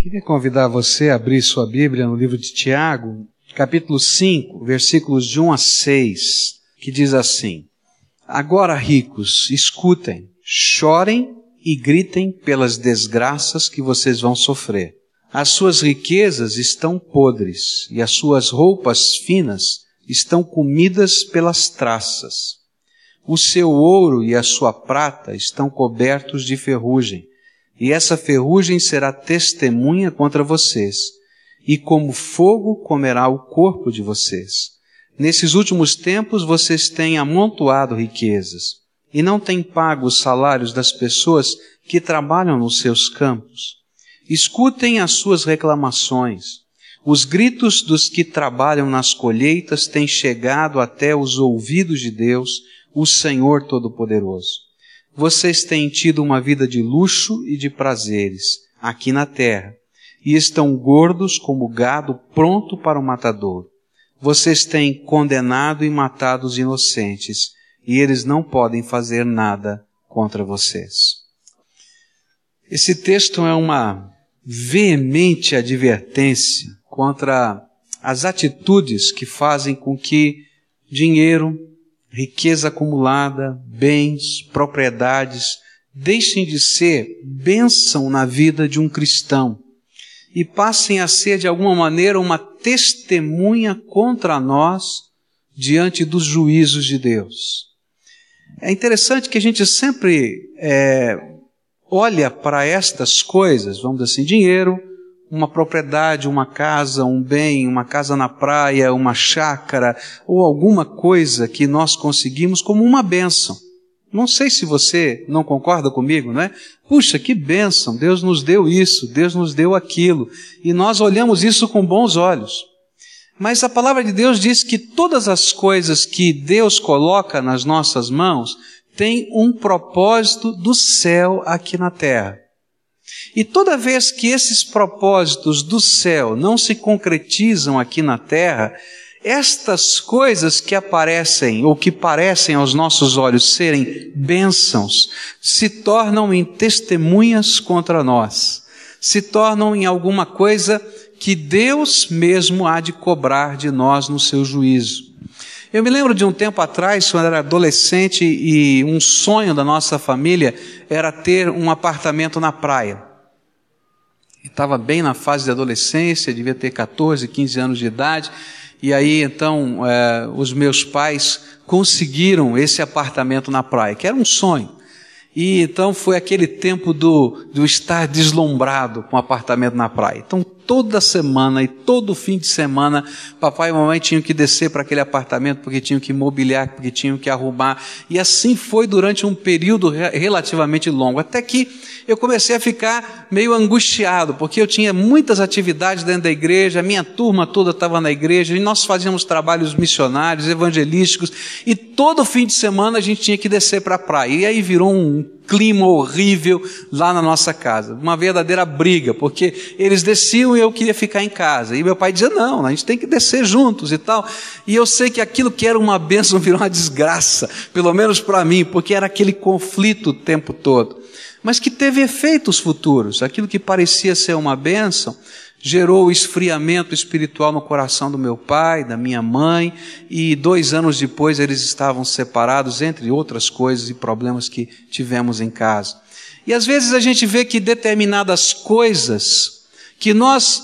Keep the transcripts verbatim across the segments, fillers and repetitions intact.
Queria convidar você a abrir sua Bíblia no livro de Tiago, capítulo cinco, versículos de um a seis, que diz assim: Agora, ricos, escutem, chorem e gritem pelas desgraças que vocês vão sofrer. As suas riquezas estão podres e as suas roupas finas estão comidas pelas traças. O seu ouro e a sua prata estão cobertos de ferrugem, e essa ferrugem será testemunha contra vocês, e como fogo comerá o corpo de vocês. Nesses últimos tempos vocês têm amontoado riquezas, e não têm pago os salários das pessoas que trabalham nos seus campos. Escutem as suas reclamações. Os gritos dos que trabalham nas colheitas têm chegado até os ouvidos de Deus, o Senhor Todo-Poderoso. Vocês têm tido uma vida de luxo e de prazeres aqui na terra, e estão gordos como gado pronto para o matadouro. Vocês têm condenado e matado os inocentes, e eles não podem fazer nada contra vocês. Esse texto é uma veemente advertência contra as atitudes que fazem com que dinheiro, riqueza acumulada, bens, propriedades, deixem de ser bênção na vida de um cristão e passem a ser, de alguma maneira, uma testemunha contra nós diante dos juízos de Deus. É interessante que a gente sempre é, olha para estas coisas, vamos dizer assim, dinheiro, uma propriedade, uma casa, um bem, uma casa na praia, uma chácara, ou alguma coisa que nós conseguimos como uma bênção. Não sei se você não concorda comigo, não é? Puxa, que bênção, Deus nos deu isso, Deus nos deu aquilo, e nós olhamos isso com bons olhos. Mas a palavra de Deus diz que todas as coisas que Deus coloca nas nossas mãos têm um propósito do céu aqui na terra. E toda vez que esses propósitos do céu não se concretizam aqui na terra, estas coisas que aparecem ou que parecem aos nossos olhos serem bênçãos, se tornam em testemunhas contra nós, se tornam em alguma coisa que Deus mesmo há de cobrar de nós no seu juízo. Eu me lembro de um tempo atrás, quando eu era adolescente, e um sonho da nossa família era ter um apartamento na praia. Estava bem na fase de adolescência, devia ter catorze, quinze anos de idade, e aí então eh, os meus pais conseguiram esse apartamento na praia, que era um sonho. E então foi aquele tempo do, do estar deslumbrado com o apartamento na praia. Então toda semana e todo fim de semana, papai e mamãe tinham que descer para aquele apartamento porque tinham que mobiliar, porque tinham que arrumar. E assim foi durante um período relativamente longo, até que eu comecei a ficar meio angustiado, porque eu tinha muitas atividades dentro da igreja, a minha turma toda estava na igreja, e nós fazíamos trabalhos missionários, evangelísticos, e todo fim de semana a gente tinha que descer para a praia. E aí virou um clima horrível lá na nossa casa, uma verdadeira briga, porque eles desciam e eu queria ficar em casa, e meu pai dizia, não, a gente tem que descer juntos e tal, e eu sei que aquilo que era uma bênção virou uma desgraça, pelo menos para mim, porque era aquele conflito o tempo todo, mas que teve efeitos futuros. Aquilo que parecia ser uma bênção gerou esfriamento espiritual no coração do meu pai, da minha mãe, e dois anos depois eles estavam separados, entre outras coisas e problemas que tivemos em casa. E às vezes a gente vê que determinadas coisas que nós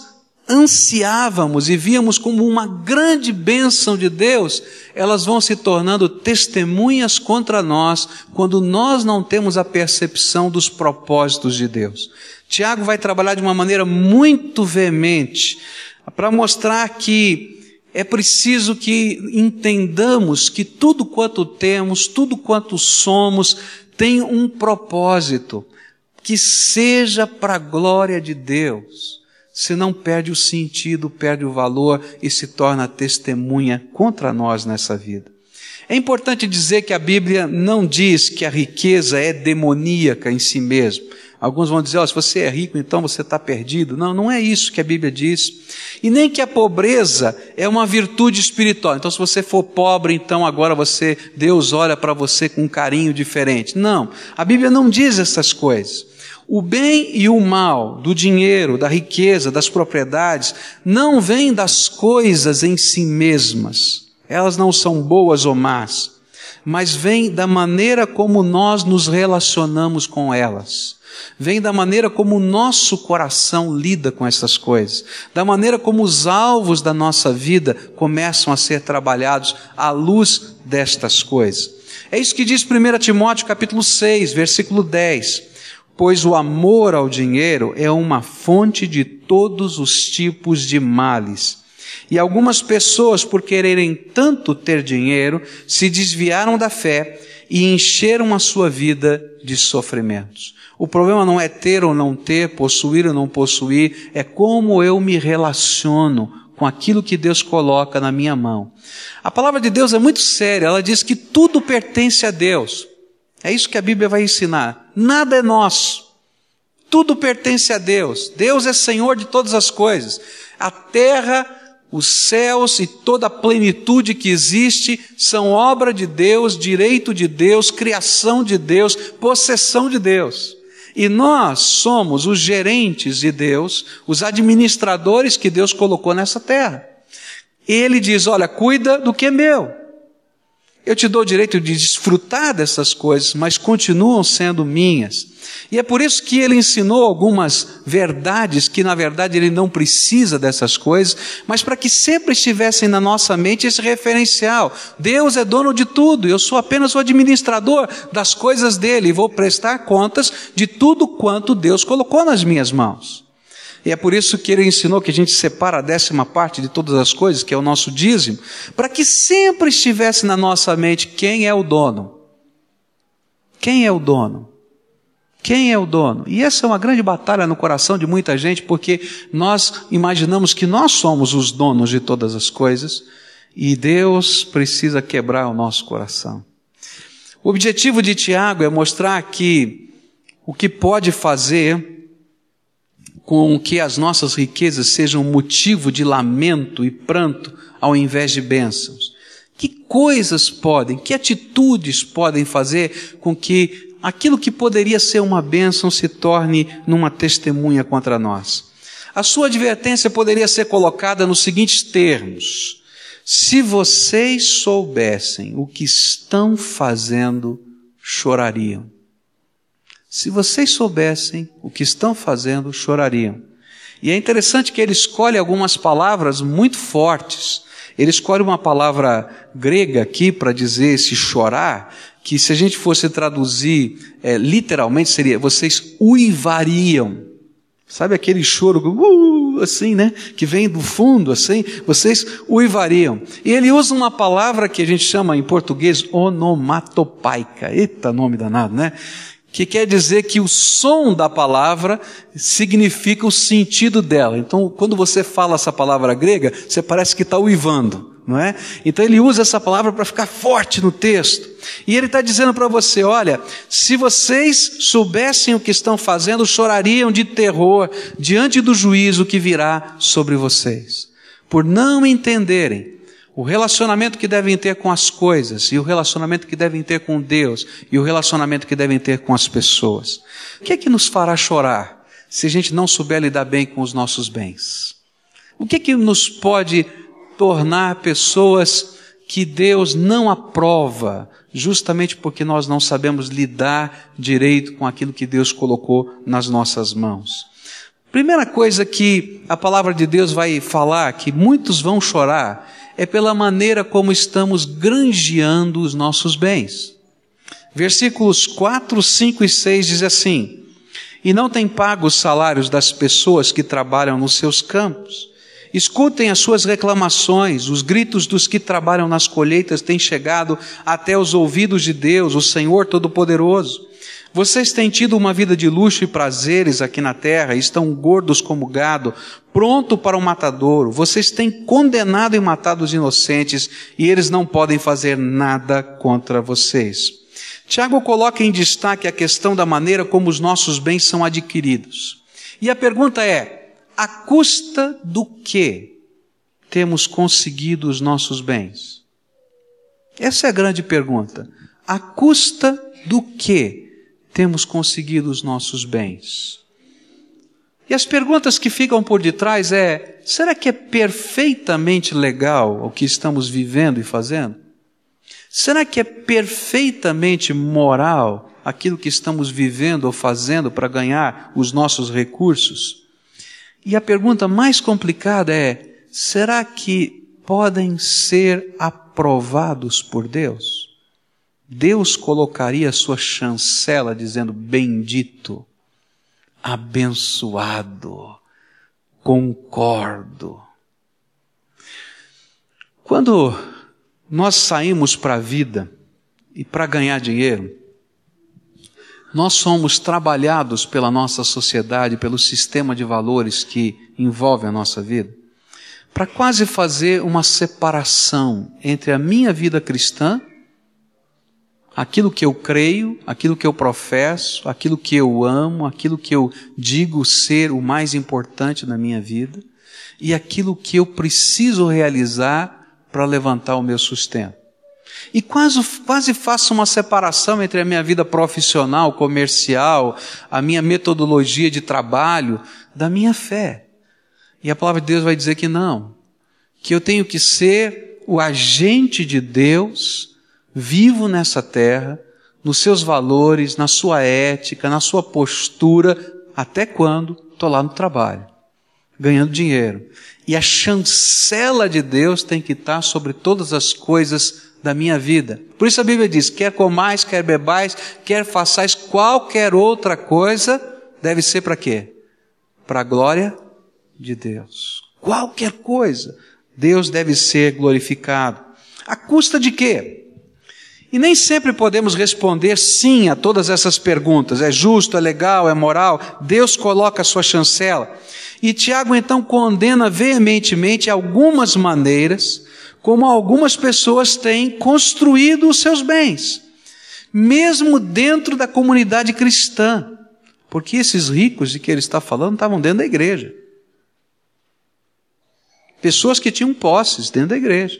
ansiávamos e víamos como uma grande bênção de Deus, elas vão se tornando testemunhas contra nós quando nós não temos a percepção dos propósitos de Deus. Tiago vai trabalhar de uma maneira muito veemente para mostrar que é preciso que entendamos que tudo quanto temos, tudo quanto somos, tem um propósito, que seja para a glória de Deus. Senão perde o sentido, perde o valor e se torna testemunha contra nós nessa vida. É importante dizer que a Bíblia não diz que a riqueza é demoníaca em si mesmo. Alguns vão dizer, oh, se você é rico, então você está perdido. Não, não é isso que a Bíblia diz. E nem que a pobreza é uma virtude espiritual. Então se você for pobre, então agora você, Deus olha para você com um carinho diferente. Não, a Bíblia não diz essas coisas. O bem e o mal do dinheiro, da riqueza, das propriedades, não vêm das coisas em si mesmas. Elas não são boas ou más, mas vêm da maneira como nós nos relacionamos com elas. Vem da maneira como o nosso coração lida com essas coisas, da maneira como os alvos da nossa vida começam a ser trabalhados à luz destas coisas. É isso que diz primeiro Timóteo capítulo seis, versículo dez. Pois o amor ao dinheiro é uma fonte de todos os tipos de males. E algumas pessoas, por quererem tanto ter dinheiro, se desviaram da fé e encheram a sua vida de sofrimentos. O problema não é ter ou não ter, possuir ou não possuir, é como eu me relaciono com aquilo que Deus coloca na minha mão. A palavra de Deus é muito séria, ela diz que tudo pertence a Deus. É isso que a Bíblia vai ensinar. Nada é nosso. Tudo pertence a Deus. Deus é Senhor de todas as coisas. A terra, os céus e toda a plenitude que existe são obra de Deus, direito de Deus, criação de Deus, possessão de Deus. E nós somos os gerentes de Deus, os administradores que Deus colocou nessa terra. Ele diz, olha, cuida do que é meu. Eu te dou o direito de desfrutar dessas coisas, mas continuam sendo minhas. E é por isso que ele ensinou algumas verdades que na verdade ele não precisa dessas coisas, mas para que sempre estivessem na nossa mente esse referencial. Deus é dono de tudo, eu sou apenas o administrador das coisas dele e vou prestar contas de tudo quanto Deus colocou nas minhas mãos. E é por isso que ele ensinou que a gente separa a décima parte de todas as coisas, que é o nosso dízimo, para que sempre estivesse na nossa mente quem é o dono. Quem é o dono? Quem é o dono? E essa é uma grande batalha no coração de muita gente, porque nós imaginamos que nós somos os donos de todas as coisas, e Deus precisa quebrar o nosso coração. O objetivo de Tiago é mostrar que o que pode fazer com que as nossas riquezas sejam motivo de lamento e pranto ao invés de bênçãos. Que coisas podem, que atitudes podem fazer com que aquilo que poderia ser uma bênção se torne numa testemunha contra nós? A sua advertência poderia ser colocada nos seguintes termos: se vocês soubessem o que estão fazendo, chorariam. Se vocês soubessem o que estão fazendo, chorariam. E é interessante que ele escolhe algumas palavras muito fortes. Ele escolhe uma palavra grega aqui para dizer esse chorar, que se a gente fosse traduzir é, literalmente seria, vocês uivariam. Sabe aquele choro, uh, assim, né? Que vem do fundo, assim, vocês uivariam. E ele usa uma palavra que a gente chama em português onomatopaica. Eita, nome danado, né? Que quer dizer que o som da palavra significa o sentido dela. Então, quando você fala essa palavra grega, você parece que está uivando, não é? Então ele usa essa palavra para ficar forte no texto. E ele está dizendo para você, olha, se vocês soubessem o que estão fazendo, chorariam de terror diante do juízo que virá sobre vocês, por não entenderem o relacionamento que devem ter com as coisas, e o relacionamento que devem ter com Deus, e o relacionamento que devem ter com as pessoas. O que é que nos fará chorar se a gente não souber lidar bem com os nossos bens? O que é que nos pode tornar pessoas que Deus não aprova, justamente porque nós não sabemos lidar direito com aquilo que Deus colocou nas nossas mãos? Primeira coisa que a palavra de Deus vai falar, que muitos vão chorar, é pela maneira como estamos granjeando os nossos bens. Versículos quatro, cinco e seis diz assim: e não têm pago os salários das pessoas que trabalham nos seus campos. Escutem as suas reclamações, os gritos dos que trabalham nas colheitas têm chegado até os ouvidos de Deus, o Senhor Todo-Poderoso. Vocês têm tido uma vida de luxo e prazeres aqui na terra, estão gordos como gado, pronto para o matadouro. Vocês têm condenado e matado os inocentes, e eles não podem fazer nada contra vocês. Tiago coloca em destaque a questão da maneira como os nossos bens são adquiridos. E a pergunta é: à custa do que temos conseguido os nossos bens? Essa é a grande pergunta. À custa do que temos conseguido os nossos bens? E as perguntas que ficam por detrás é, será que é perfeitamente legal o que estamos vivendo e fazendo? Será que é perfeitamente moral aquilo que estamos vivendo ou fazendo para ganhar os nossos recursos? E a pergunta mais complicada é, será que podem ser aprovados por Deus? Deus colocaria a sua chancela dizendo, bendito, abençoado, concordo. Quando nós saímos para a vida e para ganhar dinheiro, nós somos trabalhados pela nossa sociedade, pelo sistema de valores que envolve a nossa vida, para quase fazer uma separação entre a minha vida cristã, aquilo que eu creio, aquilo que eu professo, aquilo que eu amo, aquilo que eu digo ser o mais importante na minha vida, e aquilo que eu preciso realizar para levantar o meu sustento. E quase, quase faço uma separação entre a minha vida profissional, comercial, a minha metodologia de trabalho, da minha fé. E a palavra de Deus vai dizer que não, que eu tenho que ser o agente de Deus, vivo nessa terra, nos seus valores, na sua ética, na sua postura, até quando estou lá no trabalho, ganhando dinheiro. E a chancela de Deus tem que estar sobre todas as coisas da minha vida. Por isso a Bíblia diz, quer comais, quer bebais, quer façais qualquer outra coisa, deve ser para quê? Para a glória de Deus. Qualquer coisa, Deus deve ser glorificado. À custa de quê? E nem sempre podemos responder sim a todas essas perguntas. É justo, é legal, é moral? Deus coloca a sua chancela. E Tiago então condena veementemente algumas maneiras como algumas pessoas têm construído os seus bens, mesmo dentro da comunidade cristã, porque esses ricos de que ele está falando estavam dentro da igreja. Pessoas que tinham posses dentro da igreja.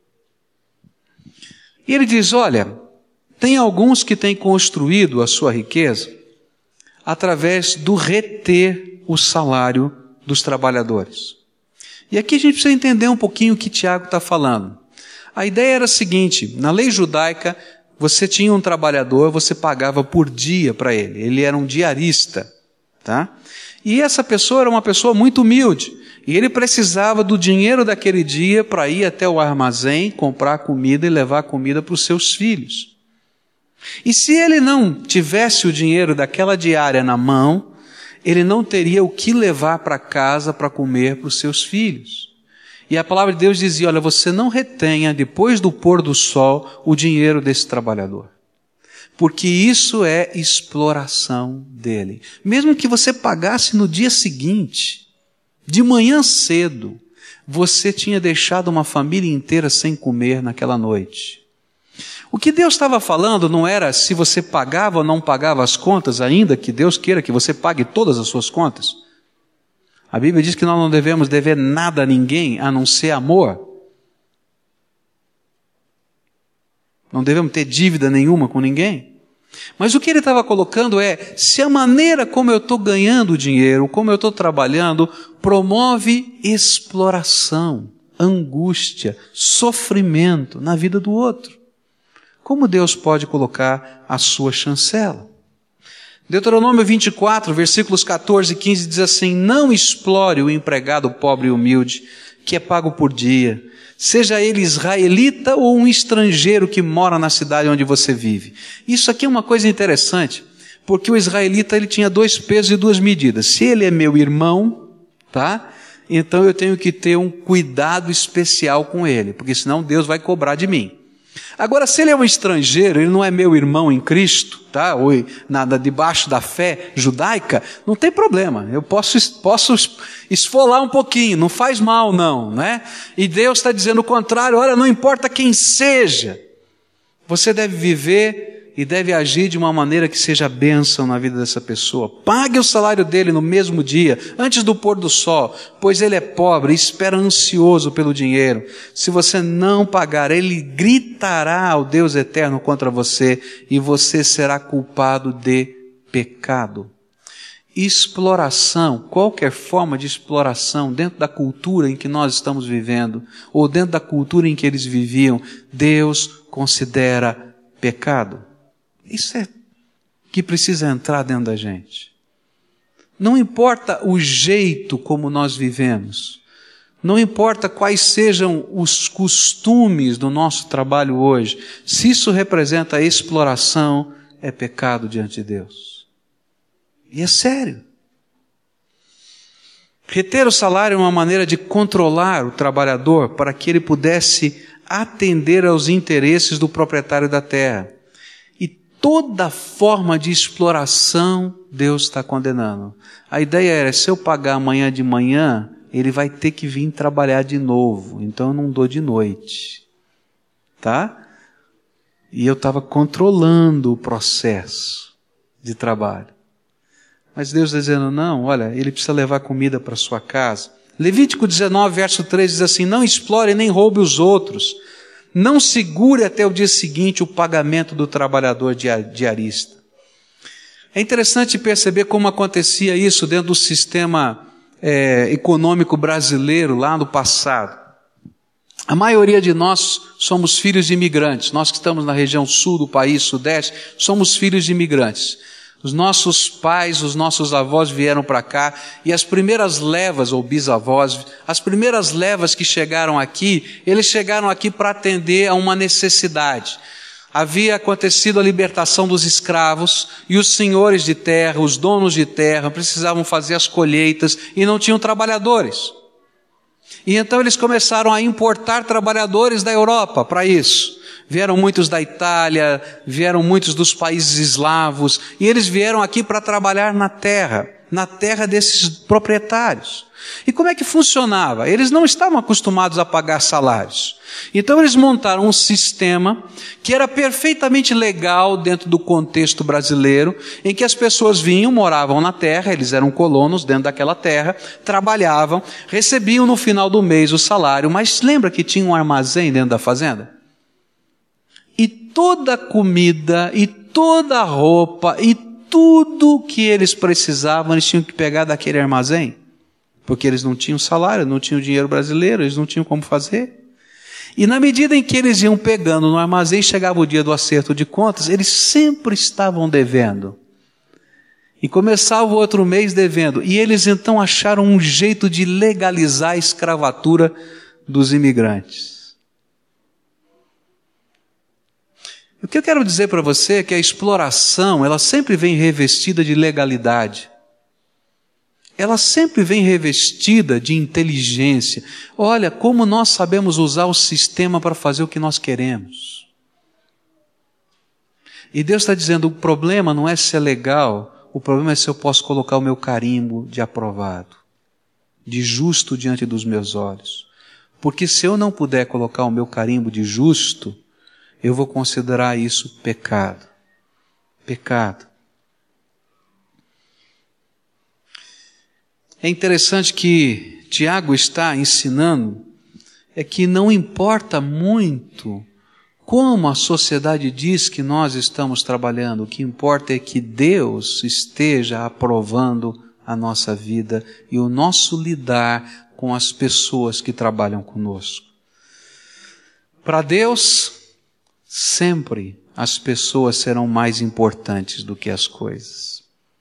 E ele diz, olha, tem alguns que têm construído a sua riqueza através do reter o salário dos trabalhadores. E aqui a gente precisa entender um pouquinho o que Tiago está falando. A ideia era a seguinte, na lei judaica, você tinha um trabalhador, você pagava por dia para ele, ele era um diarista, tá? E essa pessoa era uma pessoa muito humilde, e ele precisava do dinheiro daquele dia para ir até o armazém, comprar comida e levar comida para os seus filhos. E se ele não tivesse o dinheiro daquela diária na mão, ele não teria o que levar para casa para comer para os seus filhos. E a palavra de Deus dizia, olha, você não retenha depois do pôr do sol o dinheiro desse trabalhador. Porque isso é exploração dele. Mesmo que você pagasse no dia seguinte, de manhã cedo, você tinha deixado uma família inteira sem comer naquela noite. O que Deus estava falando não era se você pagava ou não pagava as contas, ainda que Deus queira que você pague todas as suas contas. A Bíblia diz que nós não devemos dever nada a ninguém, a não ser amor. Não devemos ter dívida nenhuma com ninguém. Mas o que ele estava colocando é, se a maneira como eu estou ganhando dinheiro, como eu estou trabalhando, promove exploração, angústia, sofrimento na vida do outro. Como Deus pode colocar a sua chancela? Deuteronômio vinte e quatro, versículos catorze e quinze diz assim, não explore o empregado pobre e humilde, que é pago por dia, seja ele israelita ou um estrangeiro que mora na cidade onde você vive. Isso aqui é uma coisa interessante, porque o israelita ele tinha dois pesos e duas medidas. Se ele é meu irmão, tá? Então eu tenho que ter um cuidado especial com ele, porque senão Deus vai cobrar de mim. Agora, se ele é um estrangeiro, ele não é meu irmão em Cristo, tá? Ou nada debaixo da fé judaica, não tem problema. Eu posso, posso esfolar um pouquinho, não faz mal não, né? E Deus está dizendo o contrário, olha, não importa quem seja, você deve viver e deve agir de uma maneira que seja bênção na vida dessa pessoa. Pague o salário dele no mesmo dia, antes do pôr do sol, pois ele é pobre e espera ansioso pelo dinheiro. Se você não pagar, ele gritará ao Deus eterno contra você e você será culpado de pecado. Exploração, qualquer forma de exploração dentro da cultura em que nós estamos vivendo, ou dentro da cultura em que eles viviam, Deus considera pecado. Isso é que precisa entrar dentro da gente. Não importa o jeito como nós vivemos, não importa quais sejam os costumes do nosso trabalho hoje, se isso representa exploração, é pecado diante de Deus. E é sério. Reter o salário é uma maneira de controlar o trabalhador para que ele pudesse atender aos interesses do proprietário da terra. E toda forma de exploração Deus está condenando. A ideia era, se eu pagar amanhã de manhã, ele vai ter que vir trabalhar de novo. Então eu não dou de noite. Tá? E eu estava controlando o processo de trabalho. Mas Deus está dizendo, não, olha, ele precisa levar comida para sua casa. Levítico dezenove, verso três diz assim, não explore nem roube os outros. Não segure até o dia seguinte o pagamento do trabalhador diarista. É interessante perceber como acontecia isso dentro do sistema é, econômico brasileiro lá no passado. A maioria de nós somos filhos de imigrantes. Nós que estamos na região sul do país, sudeste, somos filhos de imigrantes. Os nossos pais, os nossos avós vieram para cá e as primeiras levas, ou bisavós, as primeiras levas que chegaram aqui, eles chegaram aqui para atender a uma necessidade. Havia acontecido a libertação dos escravos e os senhores de terra, os donos de terra, precisavam fazer as colheitas e não tinham trabalhadores. E então eles começaram a importar trabalhadores da Europa para isso. Vieram muitos da Itália, vieram muitos dos países eslavos, e eles vieram aqui para trabalhar na terra, na terra desses proprietários. E como é que funcionava? Eles não estavam acostumados a pagar salários. Então eles montaram um sistema que era perfeitamente legal dentro do contexto brasileiro, em que as pessoas vinham, moravam na terra, eles eram colonos dentro daquela terra, trabalhavam, recebiam no final do mês o salário, mas lembra que tinha um armazém dentro da fazenda? E toda a comida, e toda a roupa, e tudo que eles precisavam, eles tinham que pegar daquele armazém. Porque eles não tinham salário, não tinham dinheiro brasileiro, eles não tinham como fazer. E na medida em que eles iam pegando no armazém, chegava o dia do acerto de contas, eles sempre estavam devendo. E começava o outro mês devendo. E eles então acharam um jeito de legalizar a escravatura dos imigrantes. O que eu quero dizer para você é que a exploração, ela sempre vem revestida de legalidade. Ela sempre vem revestida de inteligência. Olha, como nós sabemos usar o sistema para fazer o que nós queremos. E Deus está dizendo, o problema não é se é legal, o problema é se eu posso colocar o meu carimbo de aprovado, de justo diante dos meus olhos. Porque se eu não puder colocar o meu carimbo de justo, eu vou considerar isso pecado. Pecado. É interessante que Tiago está ensinando é que não importa muito como a sociedade diz que nós estamos trabalhando, o que importa é que Deus esteja aprovando a nossa vida e o nosso lidar com as pessoas que trabalham conosco. Para Deus, sempre as pessoas serão mais importantes do que as coisas.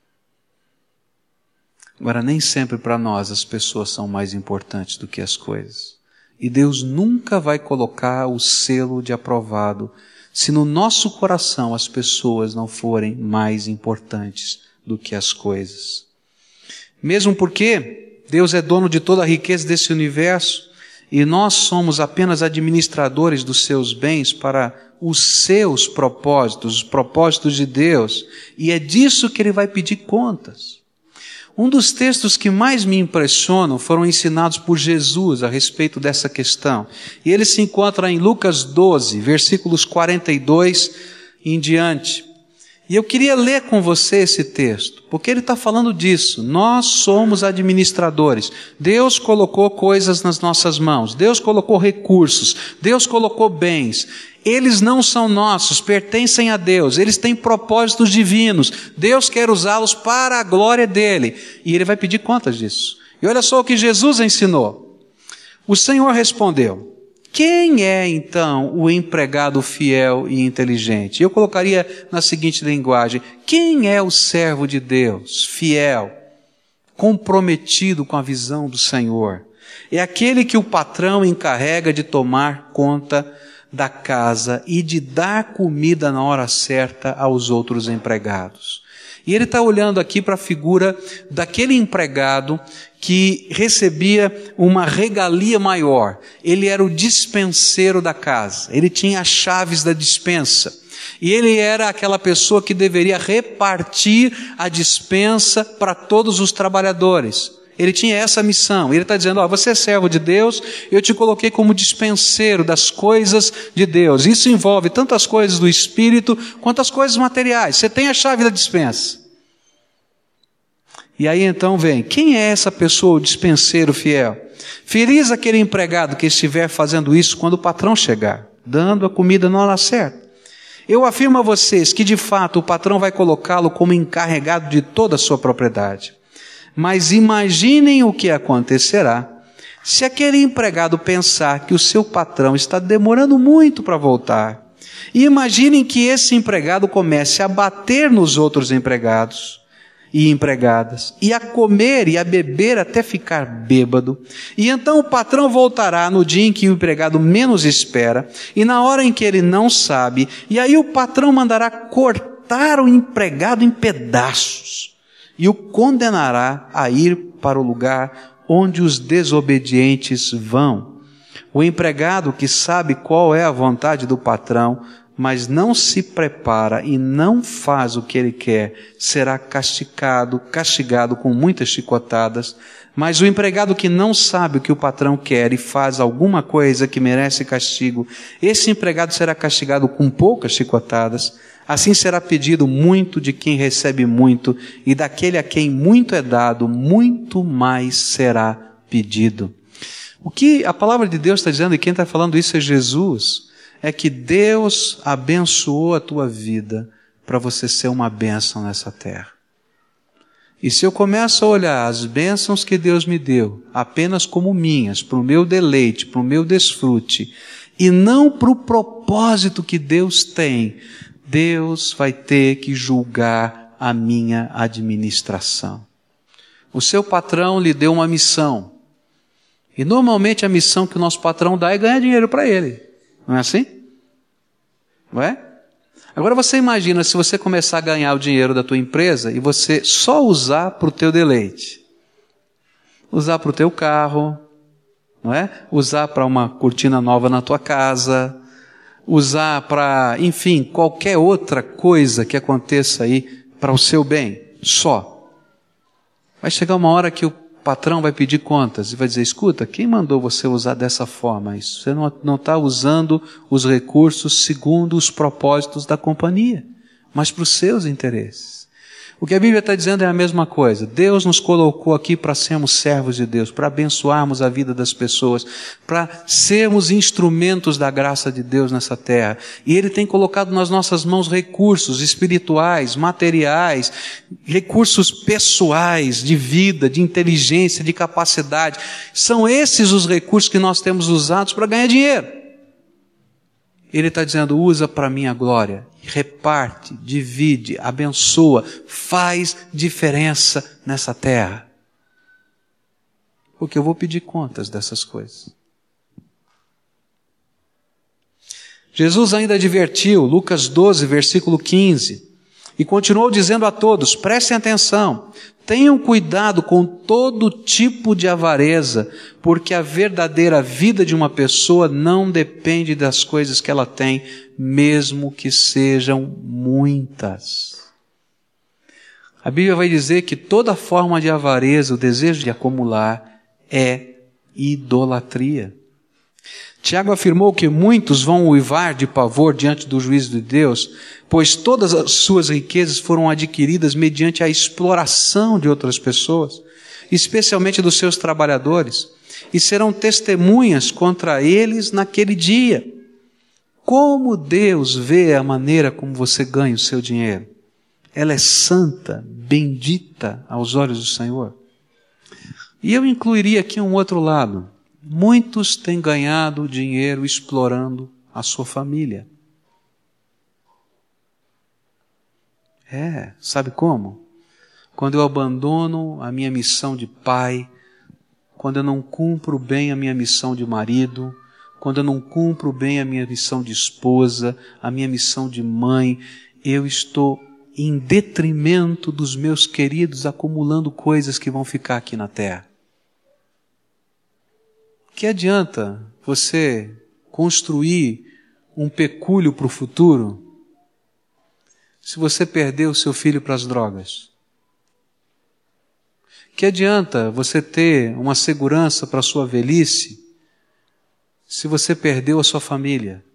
Agora, nem sempre para nós as pessoas são mais importantes do que as coisas. E Deus nunca vai colocar o selo de aprovado se no nosso coração as pessoas não forem mais importantes do que as coisas. Mesmo porque Deus é dono de toda a riqueza desse universo e nós somos apenas administradores dos seus bens para os seus propósitos, os propósitos de Deus, e é disso que Ele vai pedir contas. Um dos textos que mais me impressionam foram ensinados por Jesus a respeito dessa questão. E ele se encontra em Lucas doze, versículos quarenta e dois em diante. E eu queria ler com você esse texto, porque ele está falando disso. Nós somos administradores. Deus colocou coisas nas nossas mãos. Deus colocou recursos. Deus colocou bens. Eles não são nossos, pertencem a Deus. Eles têm propósitos divinos. Deus quer usá-los para a glória dele. E ele vai pedir contas disso. E olha só o que Jesus ensinou. O Senhor respondeu: quem é então o empregado fiel e inteligente? Eu colocaria na seguinte linguagem: quem é o servo de Deus, fiel, comprometido com a visão do Senhor? É aquele que o patrão encarrega de tomar conta da casa e de dar comida na hora certa aos outros empregados. E ele está olhando aqui para a figura daquele empregado que recebia uma regalia maior. Ele era o dispenseiro da casa. Ele tinha as chaves da despensa. E ele era aquela pessoa que deveria repartir a despensa para todos os trabalhadores. Ele tinha essa missão. Ele está dizendo: ó, você é servo de Deus, eu te coloquei como dispenseiro das coisas de Deus. Isso envolve tanto as coisas do Espírito quanto as coisas materiais. Você tem a chave da despensa. E aí então vem: quem é essa pessoa, o dispenseiro fiel? Feliz aquele empregado que estiver fazendo isso quando o patrão chegar, dando a comida na hora certa. Eu afirmo a vocês que de fato o patrão vai colocá-lo como encarregado de toda a sua propriedade. Mas imaginem o que acontecerá se aquele empregado pensar que o seu patrão está demorando muito para voltar. E imaginem que esse empregado comece a bater nos outros empregados e empregadas, e a comer e a beber até ficar bêbado. E então o patrão voltará no dia em que o empregado menos espera, e na hora em que ele não sabe, e aí o patrão mandará cortar o empregado em pedaços, e o condenará a ir para o lugar onde os desobedientes vão. O empregado que sabe qual é a vontade do patrão, mas não se prepara e não faz o que ele quer, será castigado, castigado com muitas chicotadas. Mas o empregado que não sabe o que o patrão quer e faz alguma coisa que merece castigo, esse empregado será castigado com poucas chicotadas. Assim será pedido muito de quem recebe muito, e daquele a quem muito é dado, muito mais será pedido. O que a palavra de Deus está dizendo, e quem está falando isso é Jesus, é que Deus abençoou a tua vida para você ser uma bênção nessa terra. E se eu começo a olhar as bênçãos que Deus me deu apenas como minhas, para o meu deleite, para o meu desfrute, e não para o propósito que Deus tem, Deus vai ter que julgar a minha administração. O seu patrão lhe deu uma missão. E normalmente a missão que o nosso patrão dá é ganhar dinheiro para ele. Não é assim? Não é? Agora você imagina se você começar a ganhar o dinheiro da tua empresa e você só usar para o teu deleite. Usar para o teu carro, não é? Usar para uma cortina nova na tua casa, usar para, enfim, qualquer outra coisa que aconteça aí para o seu bem, só. Vai chegar uma hora que o patrão vai pedir contas e vai dizer: escuta, quem mandou você usar dessa forma isso? Você não está usando os recursos segundo os propósitos da companhia, mas para os seus interesses. O que a Bíblia está dizendo é a mesma coisa. Deus nos colocou aqui para sermos servos de Deus, para abençoarmos a vida das pessoas, para sermos instrumentos da graça de Deus nessa terra. E Ele tem colocado nas nossas mãos recursos espirituais, materiais, recursos pessoais, de vida, de inteligência, de capacidade. São esses os recursos que nós temos usados para ganhar dinheiro. Ele está dizendo: usa para a minha glória, reparte, divide, abençoa, faz diferença nessa terra. Porque eu vou pedir contas dessas coisas. Jesus ainda advertiu, Lucas doze, versículo quinze, e continuou dizendo a todos: prestem atenção, tenham cuidado com todo tipo de avareza, porque a verdadeira vida de uma pessoa não depende das coisas que ela tem, mesmo que sejam muitas. A Bíblia vai dizer que toda forma de avareza, o desejo de acumular, é idolatria. Tiago afirmou que muitos vão uivar de pavor diante do juízo de Deus, pois todas as suas riquezas foram adquiridas mediante a exploração de outras pessoas, especialmente dos seus trabalhadores, e serão testemunhas contra eles naquele dia. Como Deus vê a maneira como você ganha o seu dinheiro? Ela é santa, bendita aos olhos do Senhor. E eu incluiria aqui um outro lado. Muitos têm ganhado dinheiro explorando a sua família. É, sabe como? Quando eu abandono a minha missão de pai, quando eu não cumpro bem a minha missão de marido, quando eu não cumpro bem a minha missão de esposa, a minha missão de mãe, eu estou em detrimento dos meus queridos, acumulando coisas que vão ficar aqui na terra. Que adianta você construir um pecúlio para o futuro se você perder o seu filho para as drogas? Que adianta você ter uma segurança para a sua velhice se você perdeu a sua família?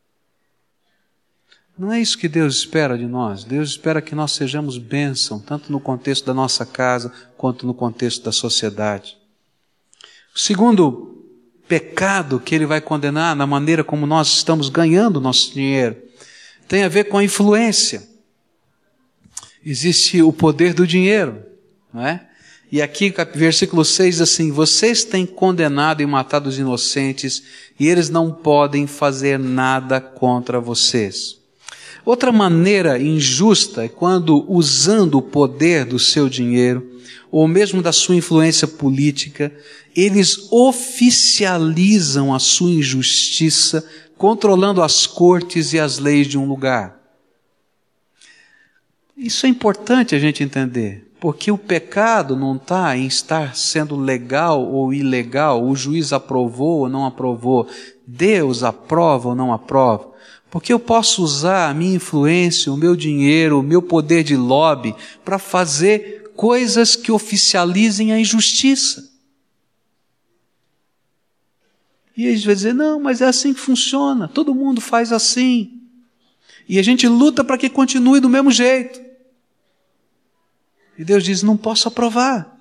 Não é isso que Deus espera de nós. Deus espera que nós sejamos bênção, tanto no contexto da nossa casa, quanto no contexto da sociedade. O segundo pecado que Ele vai condenar na maneira como nós estamos ganhando o nosso dinheiro tem a ver com a influência. Existe o poder do dinheiro, não é? E aqui, versículo seis, diz assim: vocês têm condenado e matado os inocentes, e eles não podem fazer nada contra vocês. Outra maneira injusta é quando, usando o poder do seu dinheiro, ou mesmo da sua influência política, eles oficializam a sua injustiça, controlando as cortes e as leis de um lugar. Isso é importante a gente entender. Porque o pecado não está em estar sendo legal ou ilegal, o juiz aprovou ou não aprovou, Deus aprova ou não aprova. Porque eu posso usar a minha influência, o meu dinheiro, o meu poder de lobby para fazer coisas que oficializem a injustiça. E a gente vai dizer, não, mas é assim que funciona, todo mundo faz assim. E a gente luta para que continue do mesmo jeito. E Deus diz, não posso aprovar.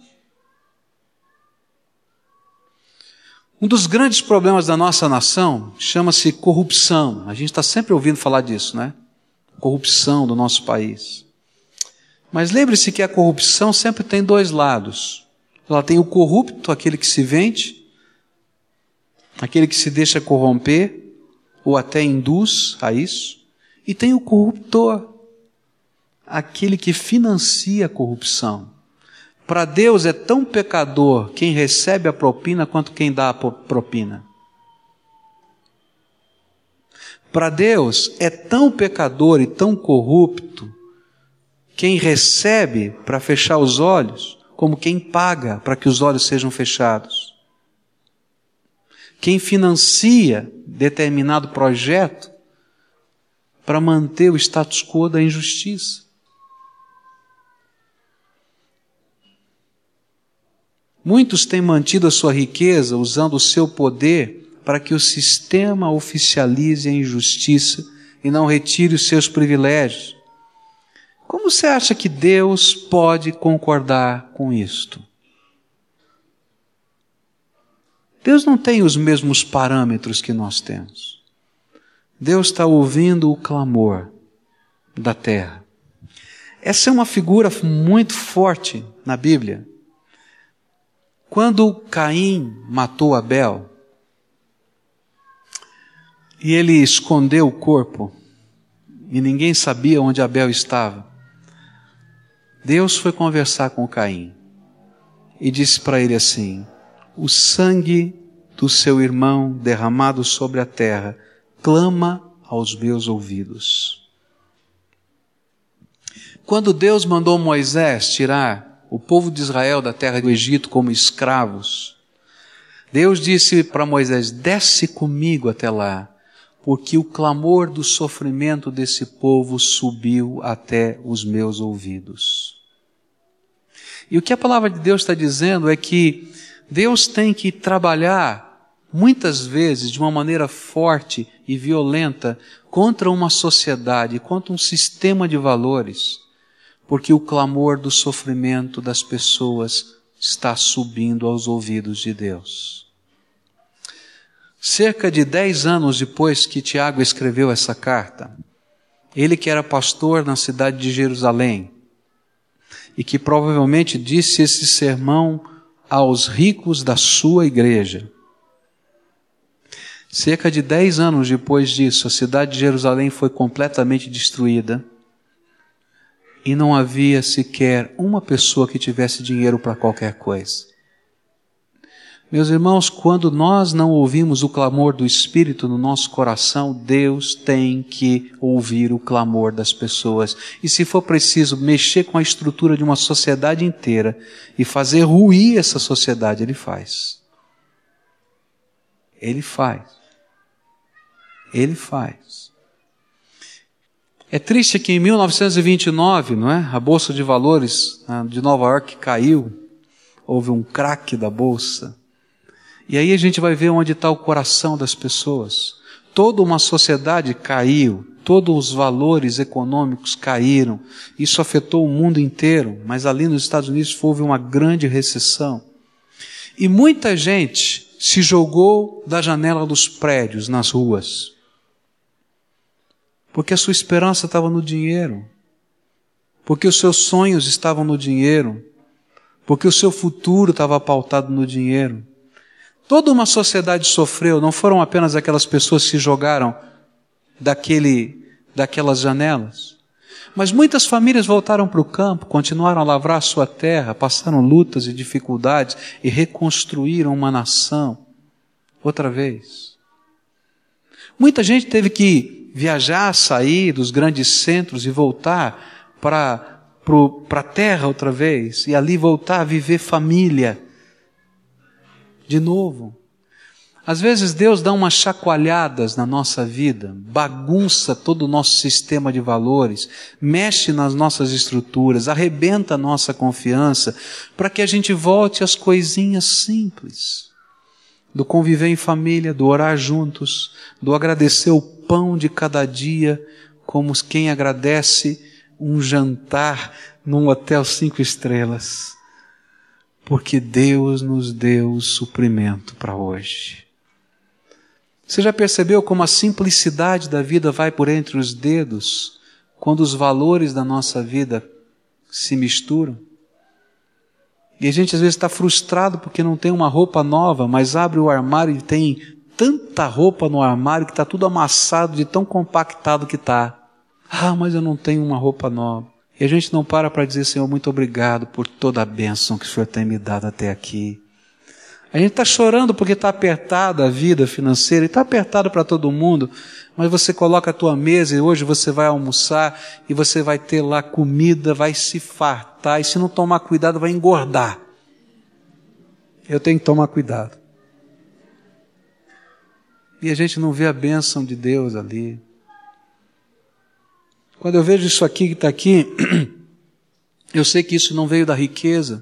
Um dos grandes problemas da nossa nação chama-se corrupção. A gente está sempre ouvindo falar disso, né? Corrupção do nosso país. Mas lembre-se que a corrupção sempre tem dois lados. Ela tem o corrupto, aquele que se vende, aquele que se deixa corromper, ou até induz a isso. E tem o corruptor, aquele que financia a corrupção. Para Deus é tão pecador quem recebe a propina quanto quem dá a propina. Para Deus é tão pecador e tão corrupto quem recebe para fechar os olhos, como quem paga para que os olhos sejam fechados. Quem financia determinado projeto para manter o status quo da injustiça. Muitos têm mantido a sua riqueza usando o seu poder para que o sistema oficialize a injustiça e não retire os seus privilégios. Como você acha que Deus pode concordar com isto? Deus não tem os mesmos parâmetros que nós temos. Deus está ouvindo o clamor da terra. Essa é uma figura muito forte na Bíblia. Quando Caim matou Abel, e ele escondeu o corpo, e ninguém sabia onde Abel estava, Deus foi conversar com Caim, e disse para ele assim, o sangue do seu irmão derramado sobre a terra, clama aos meus ouvidos. Quando Deus mandou Moisés tirar o povo de Israel da terra do Egito como escravos, Deus disse para Moisés, desce comigo até lá, porque o clamor do sofrimento desse povo subiu até os meus ouvidos. E o que a palavra de Deus está dizendo é que Deus tem que trabalhar muitas vezes de uma maneira forte e violenta, contra uma sociedade, contra um sistema de valores, porque o clamor do sofrimento das pessoas está subindo aos ouvidos de Deus. Cerca de dez anos depois que Tiago escreveu essa carta, ele que era pastor na cidade de Jerusalém, e que provavelmente disse esse sermão aos ricos da sua igreja. Cerca de dez anos depois disso, a cidade de Jerusalém foi completamente destruída e não havia sequer uma pessoa que tivesse dinheiro para qualquer coisa. Meus irmãos, quando nós não ouvimos o clamor do Espírito no nosso coração, Deus tem que ouvir o clamor das pessoas. E se for preciso mexer com a estrutura de uma sociedade inteira e fazer ruir essa sociedade, Ele faz. Ele faz. Ele faz. É triste que em mil novecentos e vinte e nove, não é? A Bolsa de Valores de Nova York caiu. Houve um craque da Bolsa. E aí a gente vai ver onde está o coração das pessoas. Toda uma sociedade caiu, todos os valores econômicos caíram. Isso afetou o mundo inteiro, mas ali nos Estados Unidos houve uma grande recessão. E muita gente se jogou da janela dos prédios nas ruas, porque a sua esperança estava no dinheiro, porque os seus sonhos estavam no dinheiro, porque o seu futuro estava pautado no dinheiro. Toda uma sociedade sofreu, não foram apenas aquelas pessoas que se jogaram daquele, daquelas janelas. Mas muitas famílias voltaram para o campo, continuaram a lavrar a sua terra, passaram lutas e dificuldades e reconstruíram uma nação outra vez. Muita gente teve que viajar, sair dos grandes centros e voltar para, para a terra outra vez, e ali voltar a viver família de novo. Às vezes Deus dá umas chacoalhadas na nossa vida, bagunça todo o nosso sistema de valores, mexe nas nossas estruturas, arrebenta a nossa confiança, para que a gente volte às coisinhas simples, do conviver em família, do orar juntos, do agradecer o pão de cada dia, como quem agradece um jantar num hotel cinco estrelas. Porque Deus nos deu o suprimento para hoje. Você já percebeu como a simplicidade da vida vai por entre os dedos, quando os valores da nossa vida se misturam? E a gente às vezes está frustrado porque não tem uma roupa nova, mas abre o armário e tem tanta roupa no armário que está tudo amassado de tão compactado que está. Ah, mas eu não tenho uma roupa nova. E a gente não para para dizer, Senhor, muito obrigado por toda a bênção que o Senhor tem me dado até aqui. A gente está chorando porque está apertada a vida financeira, e está apertado para todo mundo, mas você coloca a tua mesa e hoje você vai almoçar e você vai ter lá comida, vai se fartar, e se não tomar cuidado vai engordar. Eu tenho que tomar cuidado. E a gente não vê a bênção de Deus ali. Quando eu vejo isso aqui que está aqui, eu sei que isso não veio da riqueza.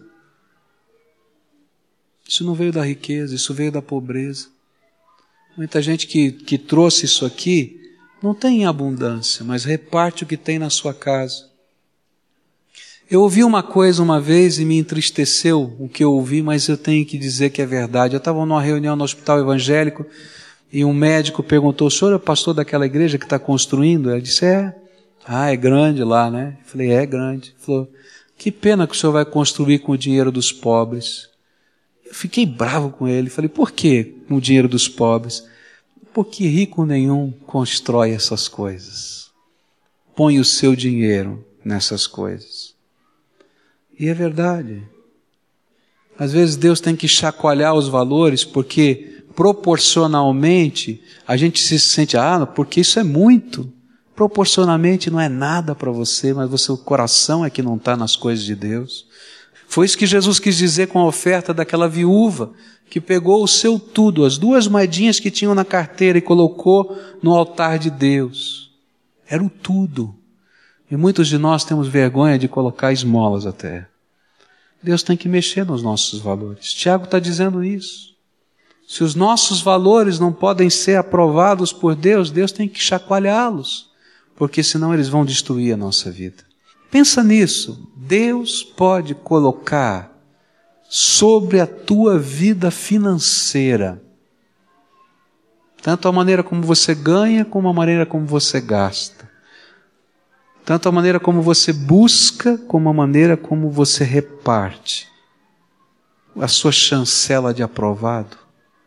Isso não veio da riqueza, isso veio da pobreza. Muita gente que, que trouxe isso aqui não tem em abundância, mas reparte o que tem na sua casa. Eu ouvi uma coisa uma vez e me entristeceu o que eu ouvi, mas eu tenho que dizer que é verdade. Eu estava numa reunião no hospital evangélico e um médico perguntou, o senhor é o pastor daquela igreja que está construindo? Eu disse, é. Ah, é grande lá, né? Eu falei, é grande. Ele falou, que pena que o senhor vai construir com o dinheiro dos pobres. Eu fiquei bravo com ele. Falei, por que com o dinheiro dos pobres? Porque rico nenhum constrói essas coisas. Põe o seu dinheiro nessas coisas. E é verdade. Às vezes Deus tem que chacoalhar os valores, porque proporcionalmente a gente se sente, ah, porque isso é muito. Proporcionalmente não é nada para você, mas o seu coração é que não está nas coisas de Deus. Foi isso que Jesus quis dizer com a oferta daquela viúva, que pegou o seu tudo, as duas moedinhas que tinham na carteira e colocou no altar de Deus. Era o tudo. E muitos de nós temos vergonha de colocar esmolas até. Deus tem que mexer nos nossos valores. Tiago está dizendo isso. Se os nossos valores não podem ser aprovados por Deus, Deus tem que chacoalhá-los, porque senão eles vão destruir a nossa vida. Pensa nisso. Deus pode colocar sobre a tua vida financeira tanto a maneira como você ganha, como a maneira como você gasta. Tanto a maneira como você busca, como a maneira como você reparte a sua chancela de aprovado.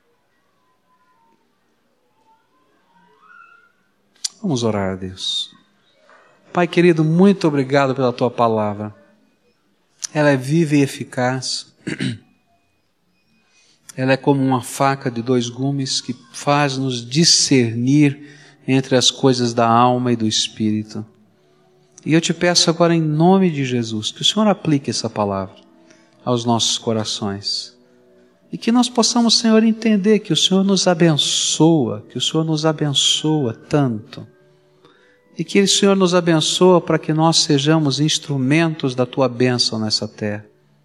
Vamos orar a Deus. Pai querido, muito obrigado pela Tua palavra. Ela é viva e eficaz. Ela é como uma faca de dois gumes que faz-nos discernir entre as coisas da alma e do espírito. E eu te peço agora em nome de Jesus, que o Senhor aplique essa palavra aos nossos corações. E que nós possamos, Senhor, entender que o Senhor nos abençoa, que o Senhor nos abençoa tanto. E que o Senhor nos abençoa para que nós sejamos instrumentos da Tua bênção nessa terra.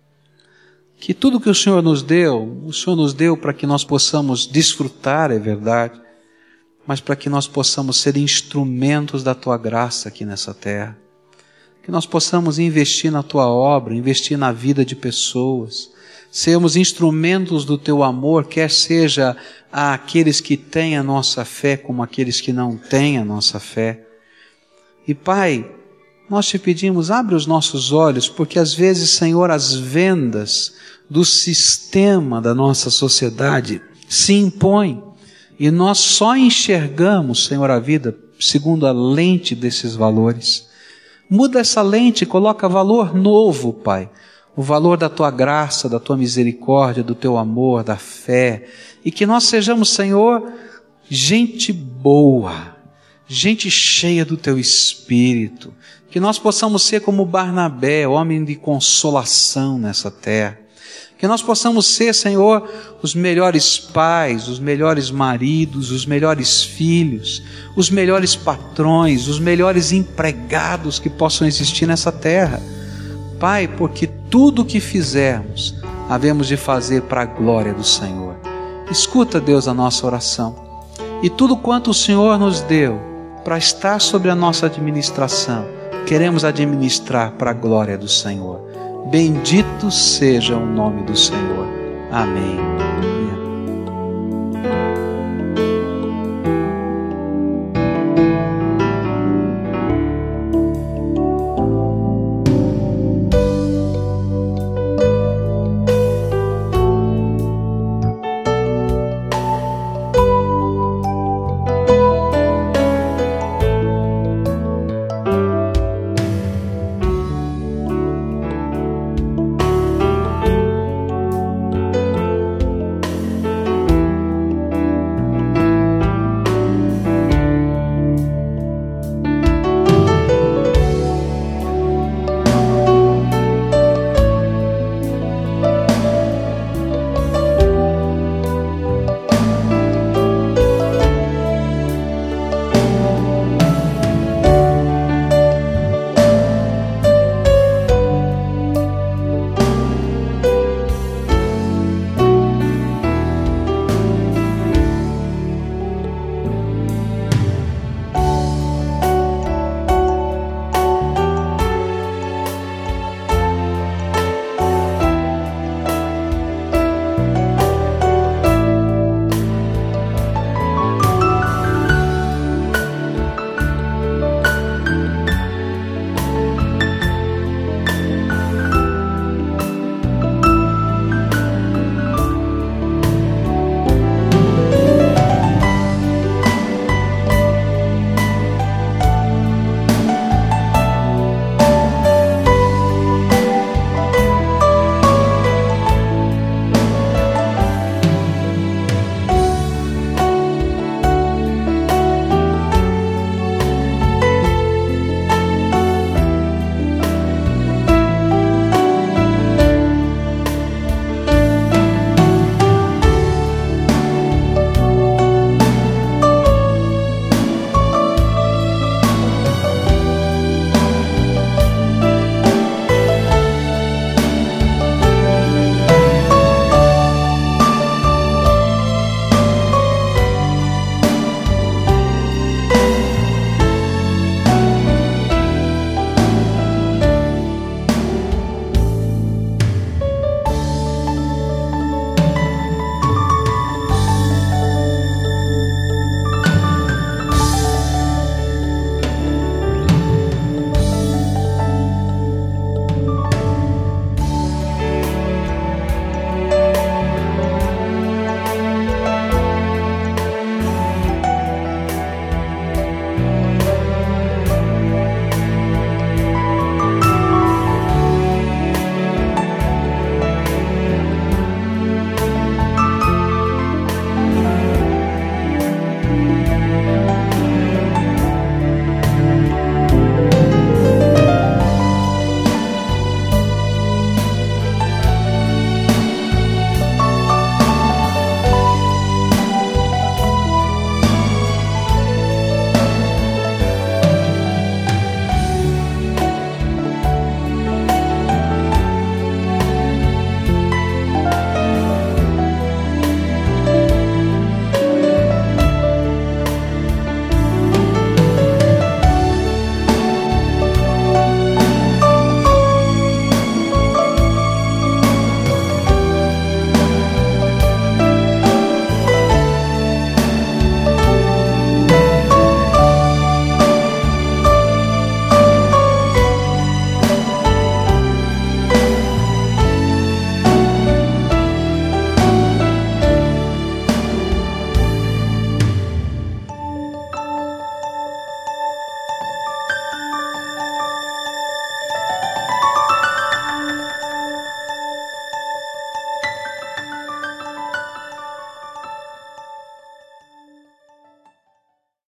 Que tudo que o Senhor nos deu, o Senhor nos deu para que nós possamos desfrutar, é verdade, mas para que nós possamos ser instrumentos da Tua graça aqui nessa terra. Que nós possamos investir na Tua obra, investir na vida de pessoas, sermos instrumentos do Teu amor, quer seja àqueles que têm a nossa fé, como aqueles que não têm a nossa fé. E Pai, nós te pedimos, abre os nossos olhos, porque às vezes, Senhor, as vendas do sistema da nossa sociedade se impõem, e nós só enxergamos, Senhor, a vida segundo a lente desses valores. Muda essa lente, coloca valor novo, Pai. O valor da Tua graça, da Tua misericórdia, do Teu amor, da fé. E que nós sejamos, Senhor, gente boa, gente cheia do Teu Espírito. Que nós possamos ser como Barnabé, homem de consolação nessa terra. Que nós possamos ser, Senhor, os melhores pais, os melhores maridos, os melhores filhos, os melhores patrões, os melhores empregados que possam existir nessa terra. Pai, porque tudo o que fizermos, havemos de fazer para a glória do Senhor. Escuta, Deus, a nossa oração. E tudo quanto o Senhor nos deu para estar sobre a nossa administração, queremos administrar para a glória do Senhor. Bendito seja o nome do Senhor. Amém.